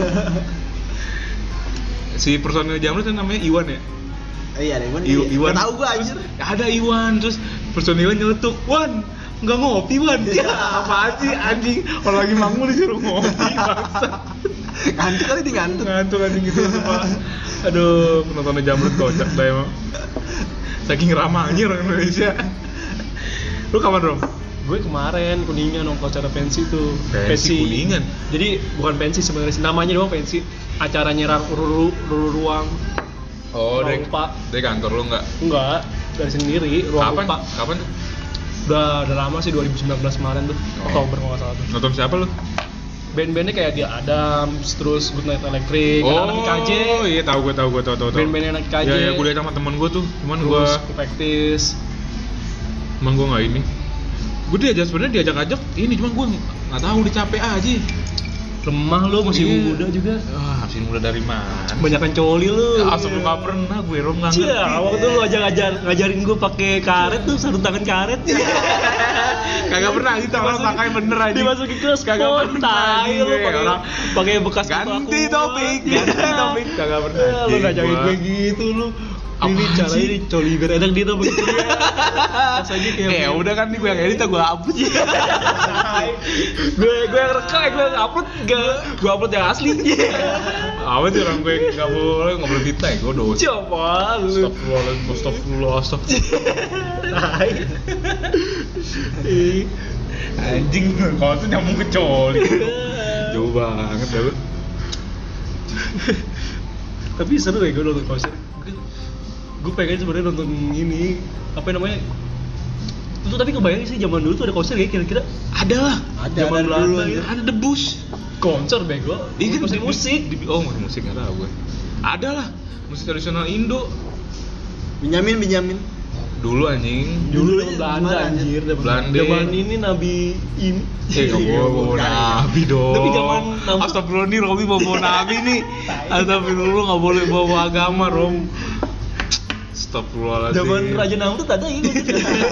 Si personil Jamrut kan namanya Iwan ya. Iya deh, Iwan. Gak tau gue anjir. Ada Iwan, terus personilnya nyeletuk, "Wan, nggak ngopi Wan. Ya apaan sih anjing, kalau lagi manggung disuruh ngopi bangsa. Ngantuk kali dia ngantuk. Ngantuk anjing gitu Pak. Aduh, penontonnya Jamrut kocak dah emang. Saking ramahnya orang Indonesia. Lu kapan Rom? Gue kemarin Kuningan nongkrong acara pensi tuh. Pensi Kuningan? Jadi bukan pensi sebenarnya sih, namanya doang pensi. Acaranya ruang. Oh, Ruang Rupa. dari kantor lu nggak? Enggak, dari sendiri, ruang Kapan? Rupa. Kapan tuh? Udah lama sih, 2019 kemarin tuh. Oktober kalau nggak salah tuh. Nonton siapa lu? Band-bandnya kayak dia Adams, terus Good Night Electric, anak IKJ. Oh iya, tahu gue. Band-band anak IKJ. Ya, gue lihat sama temen gue tuh, cuman gue Terus Perfectis. emang gue nggak ini. Gue sebenarnya diajak ini, cuman gue nggak tahu, udah capek aja. Lemah lu, masih Iya. muda juga. Ah, masih muda dari mana? Banyakan coli lu. Asal lu nggak pernah, gue Rom nggak ngerti. Iya, waktu lu ngajarin gue pakai karet tuh, sarung tangan karet. Kagak pernah sih, orang pakai bener aja. Dimasukin ke Kagak spot, pernah tai anjing, lu gue. pakai Orang pakai bekas ganti batu. topik, kagak pernah. Ya, lu Anjing, ngajarin gua. gue gitu lu. Ini Apaan caranya sih? ini coli biar enak dia tuh begitu ya. Rasanya kayak Udah kan nih gue yang edit, gue upload. gue yang rekam, gue yang upload, gue upload yang asli. Apa sih orang gue nggak boleh fitnah, gue dosa. Coba lu. Astagfirullah. Tai. Anjing, kalau tuh nyambung ke coli. Jauh banget dah lu. Tapi seru ya gue nonton konser. Gue pengen sebenarnya nonton ini, apa namanya? Itu tapi kebayang sih zaman dulu tuh ada konser kayak kira-kira Ada lah. zaman Ada dulu, Belanda ya. Ada debus. Konser bego. Iya kan Konser musik. Oh, musik nggak tahu gue. Ada lah. Musik tradisional Indo. Benyamin. Dulu anjing. Dulu Dulu zaman Belanda gimana, anjir, Belanda. Zaman ini Nabi ini. Nggak boleh Nabi dong. Tapi zaman Astagfirullah nih, Robi bawa Nabi nih. Astagfirullah, nggak boleh bawa agama, Rom. Astagfirullahaladzim. Zaman Raja Namrud ada ya gitu.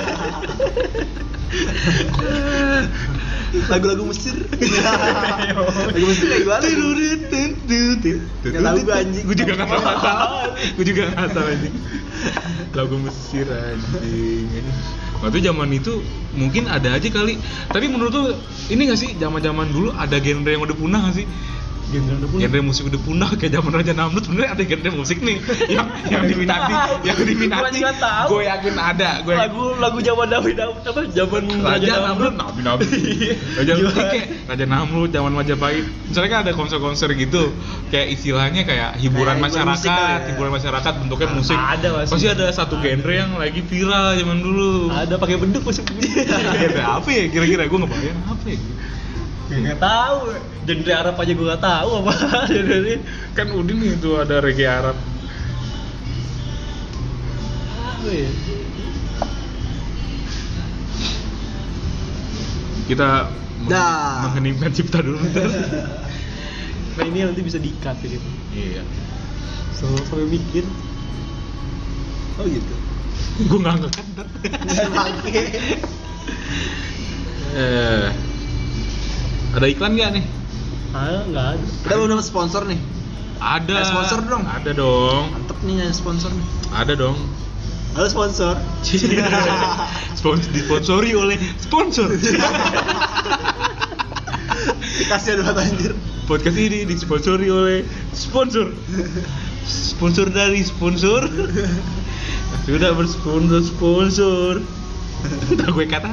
Lagu-lagu Mesir. Lagu Mesir kayak gimana? Nggak tahu gue anjing. Gue juga nggak tahu anjing. Lagu Mesir anjing. Waktu zaman itu mungkin ada aja kali. Tapi menurut lu ini nggak sih, zaman dulu ada genre yang udah punah nggak sih? Genre musik udah punah kayak zaman Raja Namrud. Sebenarnya ada genre musik nih yang diminati. Gua juga tahu. Gue yakin ada. Lagu zaman Nabi apa? Zaman Raja Namrud, Nabi. Raja Namrud, zaman Majapahit. Misalnya kan ada konser-konser gitu, kayak istilahnya kayak hiburan Kayak hiburan musik masyarakat, kali ya? hiburan masyarakat bentuknya musik. Ada pasti. Pasti ada satu genre yang lagi viral zaman dulu. Ada pakai beduk masih. Genre apa ya kira-kira? Gue ngebayang apa ya? Nggak tahu. Genre Arab aja gue nggak tahu apa. Genre Kan Udin itu ada reggae Arab. apa ya? Kita Dah. mengheningkan cipta dulu ntar. Nah ini nanti bisa di-cut gitu. Iya. Sampai mikir. Oh gitu. Gue nggak ngekat ntar. Ada iklan nggak nih? Nggak ada. Kita belum dapat sponsor nih. Ada. Sponsor dong. Ada dong. Mantep nih nyari sponsor nih. Ada dong. Halo sponsor. Disponsori oleh sponsor. Kasihan banget anjir. Podcast ini disponsori oleh sponsor. Sponsor dari sponsor. Sudah bersponsor. Entar gue kata.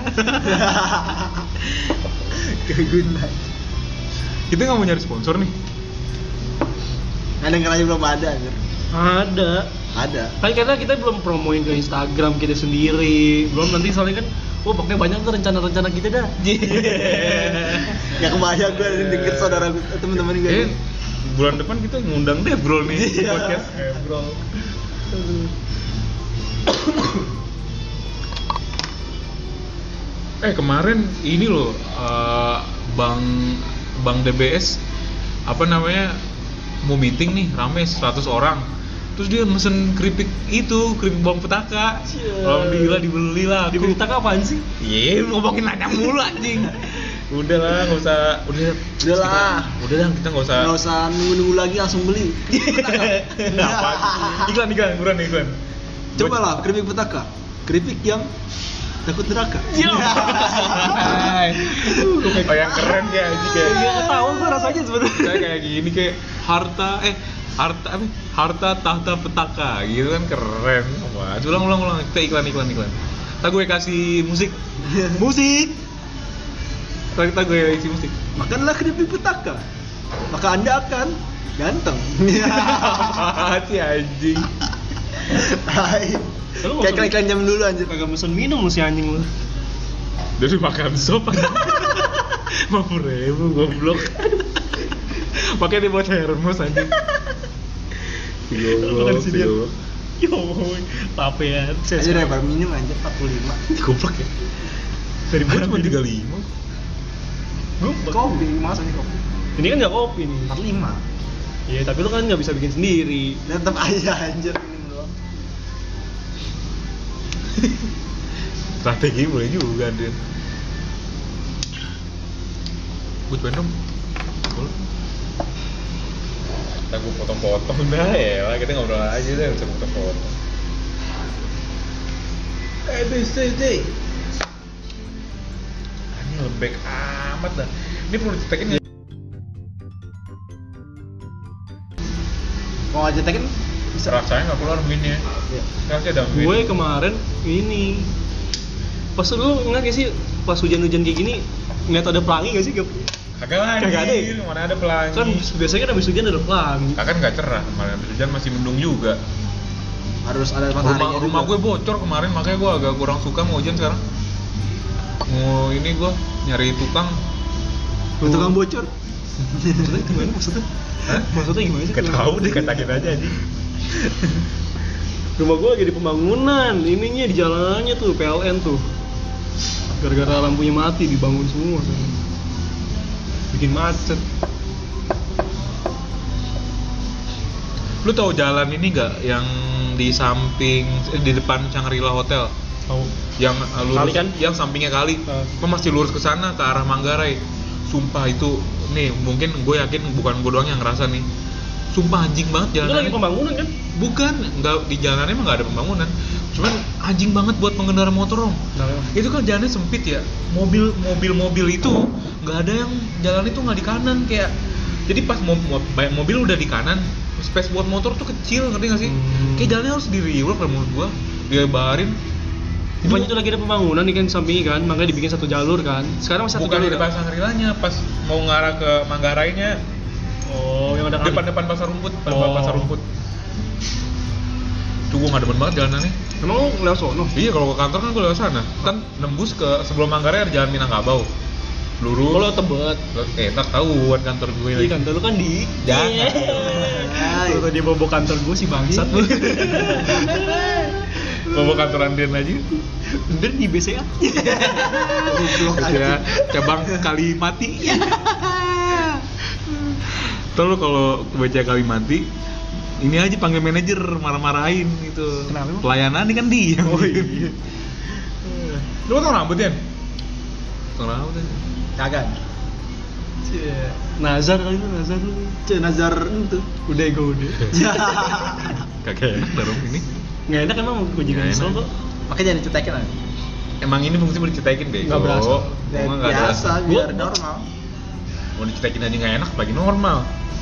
Keguna. Kita nggak mau nyari sponsor nih. Kadang-kadang aja belum ada anjir. Ada. Kan karena kita belum promoin ke Instagram kita sendiri. Belum nanti soalnya kan pokoknya banyak tuh rencana-rencana kita dah. Gak kebayang gue dikit saudara gue, temen-temen gue. Bulan depan kita ngundang Debrol nih di Iya. podcast. Bro. Kemarin ini loh, Bang DBS apa namanya mau meeting nih, rame 100 orang. Terus dia mesen keripik bawang petaka. Alhamdulillah dibeli lah. Di berita apaan sih? Iya, ngomongin nanya mulu anjing. Udah lah, nggak usah. Udah lah, kita nggak usah. Nunggu lagi langsung beli. Apa? Iklan, buruan iklan. Coba lah keripik petaka. Keripik yang takut neraka. Oh yang keren ya anjing kayak. Iya ketawa gue rasanya sebenarnya. Kayak gini kayak harta tahta petaka gitu kan keren. Wah, ulang. Kita iklan. Ntar gue kasih musik. Kita gue isi musik. Makanlah keripik petaka, maka Anda akan ganteng. Hati anjing. Lu Kayak iklan jam dulu anjir. kagak mesen minum lu si anjing lu. Dari makan sop 50.000 goblok. Pakai dia buat termos anjing. Makan di sini. Goblok. Yo, tapean. Aja lebar minum anjir 45. Goblok ya. Dari Gua mana cuma minum? 35. Gue Kopi, masa nih kopi? ini kan nggak kopi nih. 45. Iya, tapi lu kan nggak bisa bikin sendiri. Tetep aja anjir minum doang. Strategi boleh juga Din. Gue cobain dong. Boleh. Kita gue potong-potong dah ya, kita ngobrol aja deh, bisa potong-potong. ABCD. Ini lembek amat dah. Ini perlu dicetakin ya. Mau aja tekin bisa. Rasanya nggak keluar begini ya. Iya. Rasanya ada begini. Gue kemarin ini pas lu ingat gak sih pas hujan-hujan kayak gini ngeliat ada pelangi gak sih? Kagak lagi. Kagak ada ya? Mana ada pelangi. Kan biasanya kan habis hujan ada pelangi. Kan nggak cerah kemarin habis hujan masih mendung juga. Harus ada mataharinya. Rumah gue bocor kemarin makanya gue agak kurang suka mau hujan sekarang. Mau ini gue nyari tukang. Tukang bocor. Maksudnya gimana maksudnya? Hah? Maksudnya gimana sih? Gak tahu deh, katakin aja anjing. Rumah gue lagi di pembangunan, ininya di jalanannya tuh PLN tuh. Gara-gara lampunya mati dibangun semua. Bikin macet. Lu tahu jalan ini gak yang di samping di depan Shangri-La Hotel? Tahu. Yang lurus Kali kan? yang sampingnya kali. Kok masih lurus ke sana ke arah Manggarai. Sumpah itu nih mungkin gue yakin bukan gue doang yang ngerasa nih. Sumpah anjing banget Itu lagi jalanannya. pembangunan kan? Bukan, nggak di jalanannya emang nggak ada pembangunan. Cuman anjing banget buat pengendara motor dong. Itu kan jalannya sempit ya. Mobil itu nggak ada yang jalan itu nggak di kanan kayak. Jadi pas mobil udah di kanan, space buat motor tuh kecil, ngerti nggak sih? Kayak jalannya harus di-rework kalau menurut gua, dilebarin. Depannya itu lagi ada pembangunan nih kan sampingnya kan, makanya dibikin satu jalur kan. Sekarang masih satu Bukan jalur. di depan Shangri-La-nya, pas mau ngarah ke Manggarainya. Oh, yang ada kali. Depan pasar rumput, Oh. pasar rumput. Tuh gua nggak demen banget jalanannya. Emang lu lewat sono? Iya, kalau ke kantor kan gue lewat sana. Kan nembus ke sebelum Manggarai ada jalan Minangkabau. Lurus. Kalau Tebet. Ntar tahuan kantor gue. Di kantor lu kan di. Jangan. Tuh dia bawa kantor gue sih bangsat lu. Bawa kantor Anden aja. Bener di BCA. Ya, cabang Kalimati. Terus kalau baca Kalimati, ini aja panggil manajer marah-marahin gitu. Kenapa emang? Pelayanan ini kan dia. Oh iya. Lu potong rambut ya? Potong rambut ya? Kagak. Nazar kali itu Nazar lu. Nazar itu. Udah gue udah. Kagak enak dong ini. Nggak enak emang gue jadi Nggak nyesel enak. kok. Makanya jangan dicetakin lah. Emang ini fungsi mau dicetakin deh. Nggak berasa. Emang nggak Biasa, ada. biar Gua- normal. Mau dicetakin aja nggak enak, lagi normal.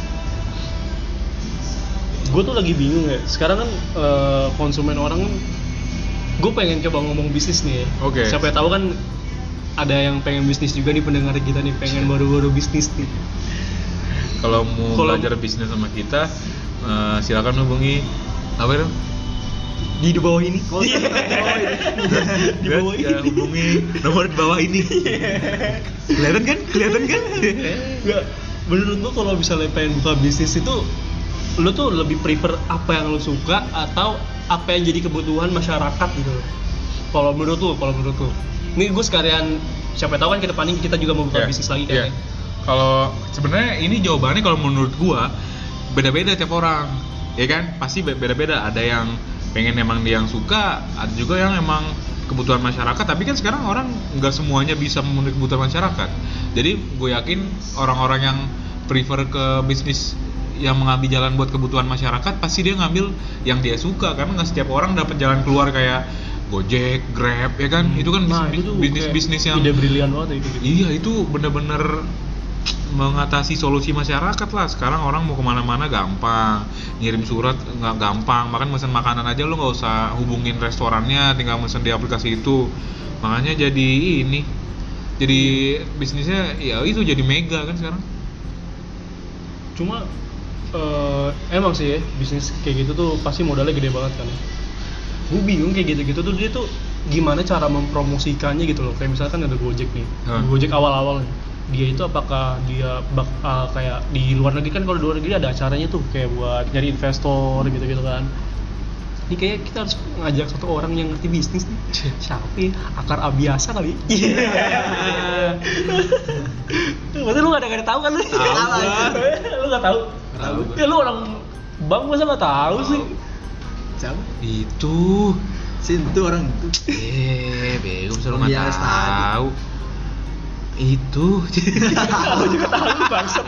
Gue tuh lagi bingung ya. Sekarang kan konsumen orang, gue pengen coba ngomong bisnis nih. Oke. Siapa yang tahu kan ada yang pengen bisnis juga nih pendengar kita nih, pengen baru-baru bisnis nih. Kalau mau Kalau- belajar bisnis sama kita, silakan hubungi apa itu? Di bawah ini. Oh, di bawah ini. Di bawah Ya, ini. hubungi nomor di bawah ini. Kelihatan kan? Kelihatan kan? Nggak, menurut lo kalau misalnya pengen buka bisnis itu lo tuh lebih prefer apa yang lo suka atau apa yang jadi kebutuhan masyarakat gitu? Kalau menurut lo, ini gue sekalian siapa tahu kan ke depannya kita juga mau buka Iya, bisnis lagi iya. kan? Kalau sebenarnya ini jawabannya kalau menurut gua beda-beda tiap orang, ya kan? Pasti beda-beda. Ada yang pengen emang dia yang suka, ada juga yang emang kebutuhan masyarakat. Tapi kan sekarang orang nggak semuanya bisa memenuhi kebutuhan masyarakat. Jadi gue yakin orang-orang yang prefer ke bisnis yang mengambil jalan buat kebutuhan masyarakat pasti dia ngambil yang dia suka, karena nggak setiap orang dapat jalan keluar kayak Gojek, Grab ya kan, itu kan Nah, itu tuh bisnis yang ide brilian banget itu gitu. iya itu bener-bener mengatasi solusi masyarakat lah. Sekarang orang mau kemana-mana gampang, ngirim surat nggak gampang, makan mesen makanan aja lo nggak usah hubungin restorannya, tinggal mesen di aplikasi itu. Makanya jadi ini, jadi bisnisnya ya itu jadi mega kan sekarang. Cuma emang sih ya bisnis kayak gitu tuh pasti modalnya gede banget kan. Gue bingung kayak gitu-gitu tuh dia tuh gimana cara mempromosikannya gitu loh. Kayak misalkan ada Gojek nih, Gojek awal-awal nih. Dia itu apakah dia kayak di luar negeri kan, kalau di luar negeri ada acaranya tuh kayak buat nyari investor gitu-gitu kan. Ini kayak kita harus ngajak satu orang yang ngerti bisnis nih. Siapa ya? Akar Abiasa kali. Iya. Maksudnya lu gak ada tahu kan lu? Lu gak tahu? Tahu. Ya lu orang bank masa gak tahu sih? Siapa? Itu Sintu orang itu. bego selalu Orang nggak biasa tahu. Itu Lu juga tahu bangsat.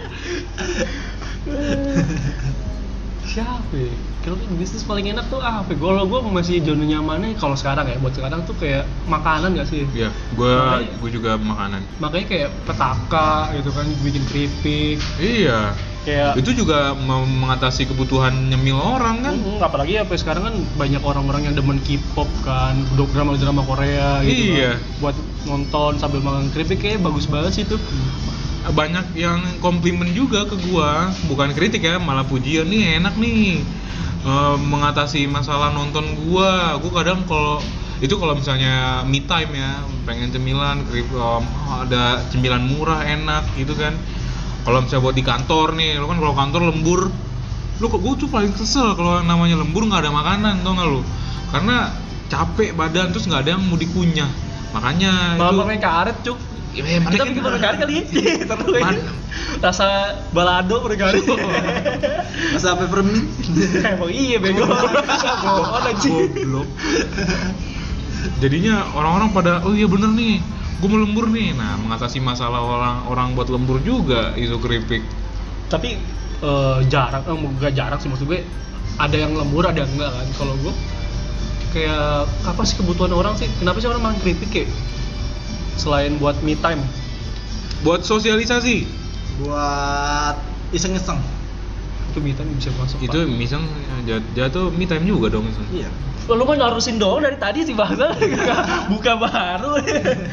Siapa ya? Kalau bisnis paling enak tuh apa? Kalau gue masih zona nyamannya kalau sekarang ya, buat sekarang tuh kayak makanan gak sih? ya gue juga makanan. Makanya kayak petaka gitu kan, bikin keripik. Iya, Kayak itu juga mengatasi kebutuhan nyemil orang kan. apalagi ya sekarang kan banyak orang-orang yang demen K-pop kan, drama-drama Korea gitu Iya. kan. Buat nonton sambil makan keripik kayak bagus banget sih tuh. Banyak yang komplimen juga ke gua, bukan kritik ya, malah pujian nih, enak nih. Mengatasi masalah nonton gua kadang kalau misalnya me time ya, pengen cemilan, ada cemilan murah enak gitu kan. Kalau misalnya buat di kantor nih, lo kan kalau kantor lembur, gue tuh paling kesel kalau namanya lembur nggak ada makanan, tau nggak lo? Karena capek badan, terus nggak ada yang mau dikunyah, makanya Malah itu. pakai karet cuk. Ya, Kita bikin pakai karet kali ya. Terus ya. Rasa balado pakai karet. Masa peppermint? Emang iya bego. Bohong aja. Goblok. Jadinya orang-orang pada, oh iya bener nih, gue mau lembur nih. Nah, mengatasi masalah orang buat lembur juga itu keripik. Tapi jarang, enggak jarang sih maksud gue. Ada yang lembur, ada yang enggak kan. Kalau gue kayak apa sih kebutuhan orang sih? Kenapa sih orang makan keripik kayak selain buat me time? Buat sosialisasi. Buat iseng-iseng. Itu me time bisa masuk. Itu misal jatuh me time juga dong misal. Iya. Pak. Lu mah ngarusin doang dari tadi sih bangsa. Buka baru.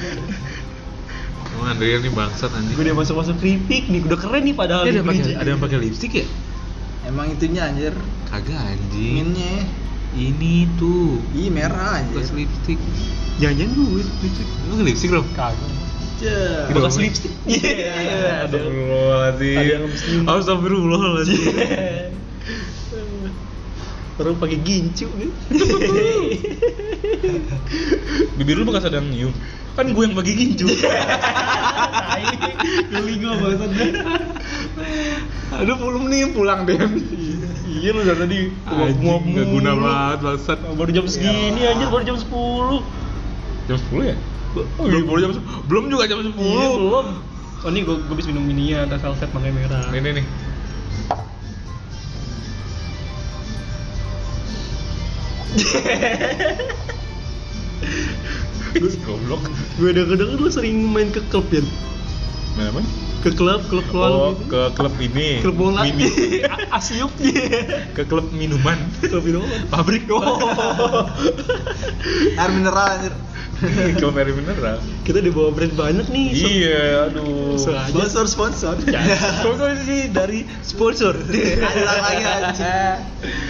Oh, Andrea nih bangsat anjing. Gue udah masuk keripik nih, udah keren nih padahal. Ada yang pakai lipstik ya? Emang itunya anjir. Kagak anjing. Minnya. Ini tuh. Ih, merah Bekas anjir. lipstik. Jangan gue lipstik. Lu nge lipstik dong? Kagak. Cek. Bekas lipstik. Iya. Ada. Astagfirullahaladzim. Ada yang muslim. Astagfirullahaladzim. Orang pakai gincu nih. Bibir lu bekas ada yang nyium. Kan gue yang bagi gincu. Geli gue banget. Aduh, belum nih pulang deh. Iya lu dari tadi Anjing, nggak guna banget bangsat. Baru jam segini anjir, baru jam 10. Jam 10 ya? Oh iya, baru jam 10. Belum juga jam 10. Iya belum. Oh ini gue bisa minum ininya, ada velvet makanya merah. Ini nih. Goblok. Gue denger lu sering main ke klub ya? Main apa? Ke klub Oh, gitu. ke klub ini. Klub bola. Mini. Asyuk. Ke klub minuman. Klub minuman. Pabrik dong. Air mineral anjir. Klub air mineral. Kita dibawa brand banyak nih. Iya, aduh. Sponsor. Sponsor sih dari sponsor. Ada lagi anjir.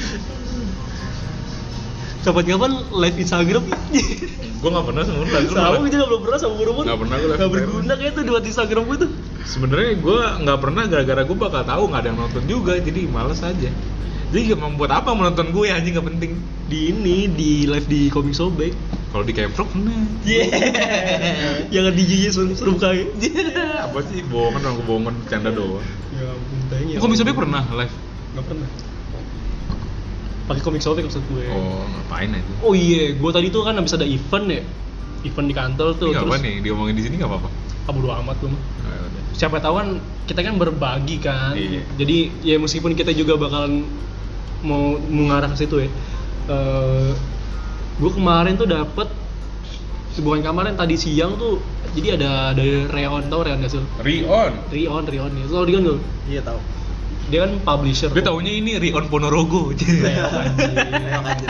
Kapan-kapan live Instagram. Gue nggak pernah sebenarnya. Sama gue juga belum pernah sama umur. Nggak pernah gue live Nggak Instagram. berguna kayak tuh buat Instagram gue tuh. Sebenarnya gue nggak pernah, gara-gara gue bakal tahu nggak ada yang nonton juga, jadi males aja. Jadi membuat apa menonton gue anjing, nggak penting. Di live di Komik Sobek. Kalau di Camprok pernah. Jangan DJ suruh kayak. Apa sih bohongan, orang kebohongan, canda doang. Ya ampun tanya. Kok bisa pernah live? Nggak pernah. Pakai Komik Sobek maksud gue. Oh, ngapain aja? Oh iya, gue tadi tuh kan habis ada event ya. Event di kantor tuh. Ini nggak apa Terus nih, diomongin di sini nggak apa-apa. bodo amat gue mah. Oh, ya udah. Siapa tahu kan kita kan berbagi kan. Iya. Jadi ya meskipun kita juga bakalan mau mengarah ke situ ya. Gue kemarin tuh dapet, bukan kemarin, tadi siang tuh, jadi ada Rion, tau Rion gak sih? Rion Rion ya, tau Rion gak? Iya tahu. Dia kan publisher. gue taunya ini Rion Ponorogo. Rion anjir.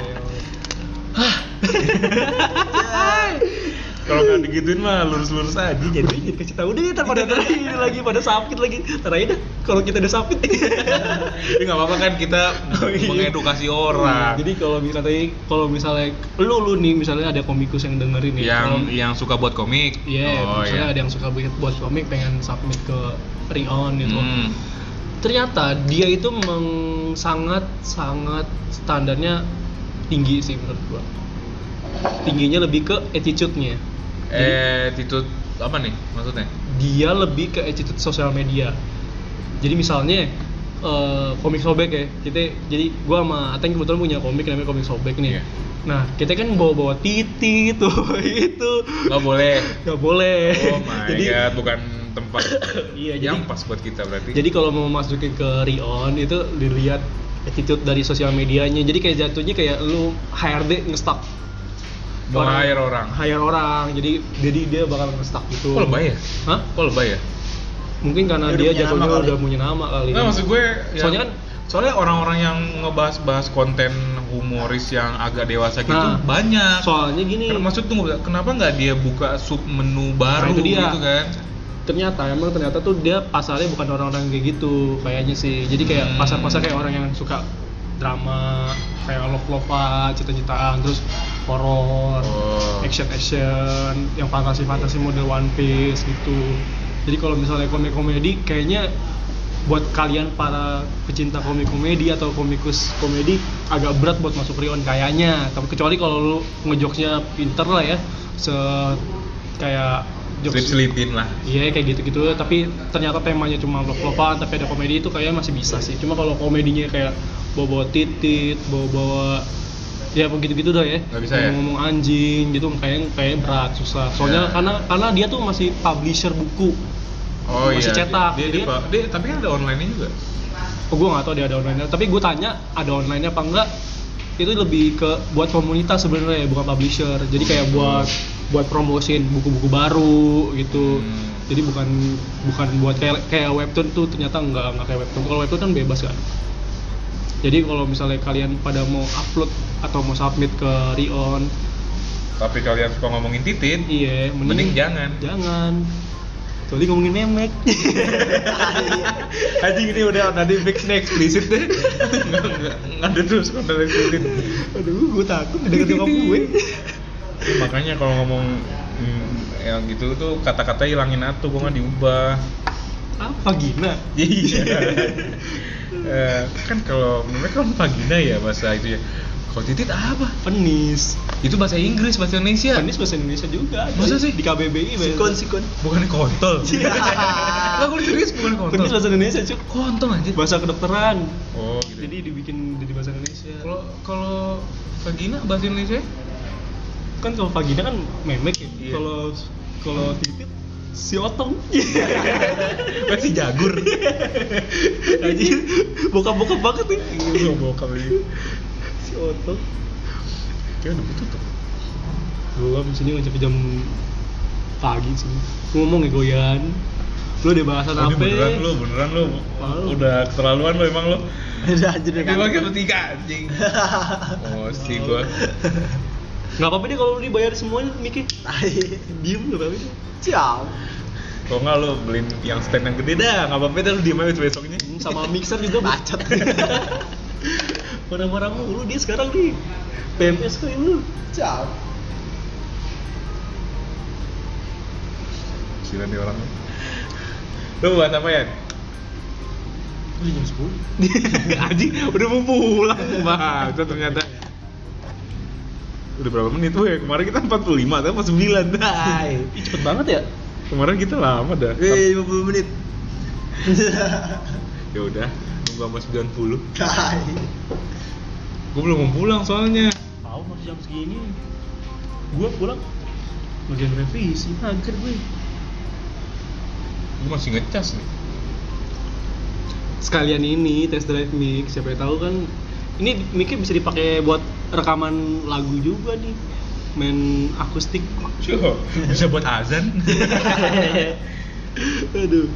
Kalau nggak digituin mah lurus-lurus aja Jadi jadi. kasih tahu deh, ntar pada ini lagi pada sakit lagi. Ntar aja dah, kalau kita udah sakit. Tapi nggak apa-apa kan kita mengedukasi orang. Jadi kalau misalnya lu nih misalnya ada komikus yang dengerin nih, yang suka buat komik. iya, misalnya ada yang suka buat komik pengen submit ke Rion gitu. Ternyata dia itu sangat standarnya tinggi sih menurut gua. Tingginya lebih ke attitude-nya. Attitude apa nih maksudnya? Dia lebih ke attitude sosial media. Jadi misalnya komik sobek ya, jadi gua sama Ateng kebetulan punya komik namanya komik sobek nih. Iya. Nah, kita kan bawa titik tuh itu. Nggak boleh. Nggak boleh. Oh my Jadi- god, bukan tempat Iya, yang pas buat kita berarti. Jadi kalau mau masukin ke Rion itu dilihat attitude dari sosial medianya. Jadi kayak jatuhnya kayak lu HRD nge-stuck hire orang. Jadi dia bakal nge-stuck gitu. Kok lebay ya? Hah? Kok lebay ya? Mungkin karena Dia dia udah punya jatuhnya nama kali. udah punya nama kali. Nggak, maksud gue Soalnya kan orang-orang yang ngebahas konten humoris yang agak dewasa gitu Nah, banyak. soalnya gini, Maksud tunggu, kenapa nggak dia buka sub menu baru itu dia. gitu kan? ternyata tuh dia pasarnya bukan orang-orang kayak gitu kayaknya sih. Jadi kayak pasar kayak orang yang suka drama, kayak love-lovean, cita-citaan, terus horor, action, yang fantasi model One Piece gitu. Jadi kalau misalnya komedi kayaknya buat kalian para pecinta komedi atau komikus komedi agak berat buat masuk Rion kayaknya. Tapi kecuali kalau lu ngejokesnya pinter lah ya, kayak jokes Selip-selipin lah. iya kayak gitu-gitu, tapi ternyata temanya cuma love-lovean tapi ada komedi, itu kayaknya masih bisa sih. Cuma kalau komedinya kayak bawa titit, bawa ya begitu-gitu dah ya, Nggak bisa ya? ngomong anjing gitu, kayak berat, susah. Soalnya Ya. karena dia tuh masih publisher buku. Oh Masih iya. cetak. Dia tapi kan ada online-nya juga. Gue nggak tahu dia ada online-nya, tapi gue tanya ada online-nya apa enggak. Itu lebih ke buat komunitas sebenarnya, bukan publisher. Jadi kayak buat promosiin buku-buku baru gitu. Jadi bukan buat kayak webtoon tuh, ternyata enggak kayak webtoon. Kalau webtoon kan bebas kan. Jadi kalau misalnya kalian pada mau upload atau mau submit ke Rion, Tapi kalian suka ngomongin titit, iya mending jangan. Soalnya ngomongin memek. Anjing ini udah tadi fix nih eksplisit deh. Enggak ada terus konten eksplisit. Aduh, gue takut denger nyokap gue. Makanya kalau ngomong yang gitu tuh kata-kata hilangin atuh, gua nggak diubah. Apa gina? Iya. Kan kalau mereka kan vagina ya bahasa itu ya. Kalau titit apa? Penis. Itu bahasa Inggris, bahasa Indonesia. Penis bahasa Indonesia juga. Masa sih? Di KBBI Sikon. Bukan kontol. Lah gue serius bukan kontol. Penis bahasa Indonesia cuy. Kontol aja. Bahasa kedokteran. Oh gitu. Jadi dibikin jadi bahasa Indonesia. Kalau vagina bahasa Indonesia? Kan kalau vagina kan memek ya. Iya. Kalau titit si otong. Kan si jagur. Anjir, bokap-bokap banget nih. Iya, bokap ini. Si otong. Kayak udah tutup. Belum, sini nggak sampai jam pagi sini. Ngomong ya goyan. Lu udah bahasan Oh, apa? ini beneran lu. Malu. Udah keterlaluan lu emang lu. Udah anjir Tapi lagi bertiga anjing. Oh, sih gua. Nggak apa-apa deh kalau lu dibayar semuanya, Miki. Diem nggak apa-apa deh. Siap. Kalau nggak lu beliin yang stand yang gede dah, nggak apa-apa dah lu diem aja besoknya. Sama mixer juga Bacot. marah-marah mulu dia sekarang nih. PMS kali lu. Siap. Sila nih orang. Lu buat apa ya? Udah jam 10. Anjing, udah mau pulang. Bagus ternyata. Udah berapa menit tuh ya? Kemarin kita 45, tapi pas 9. Hai. Ih, cepet banget ya. Kemarin kita lama dah. 50 menit. Ya udah, nunggu sama 90. Tai. Gue belum mau pulang soalnya. Tahu masih jam segini. Gua pulang bagian revisi, mager gue. Gue masih ngecas nih. Sekalian ini test drive mic, siapa yang tahu kan ini mic bisa dipakai buat rekaman lagu juga nih, main akustik. Sure. Bisa buat azan. Aduh.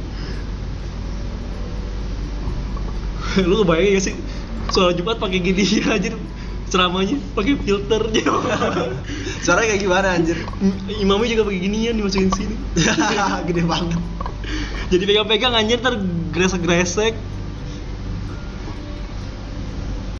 Lu kebayang gak sih sholat Jumat pakai gini aja, ceramahnya pakai filternya. Suaranya kayak gimana anjir? Imamnya juga pakai ginian dimasukin sini. Gede banget. Jadi pegang-pegang anjir, ntar gresek-gresek.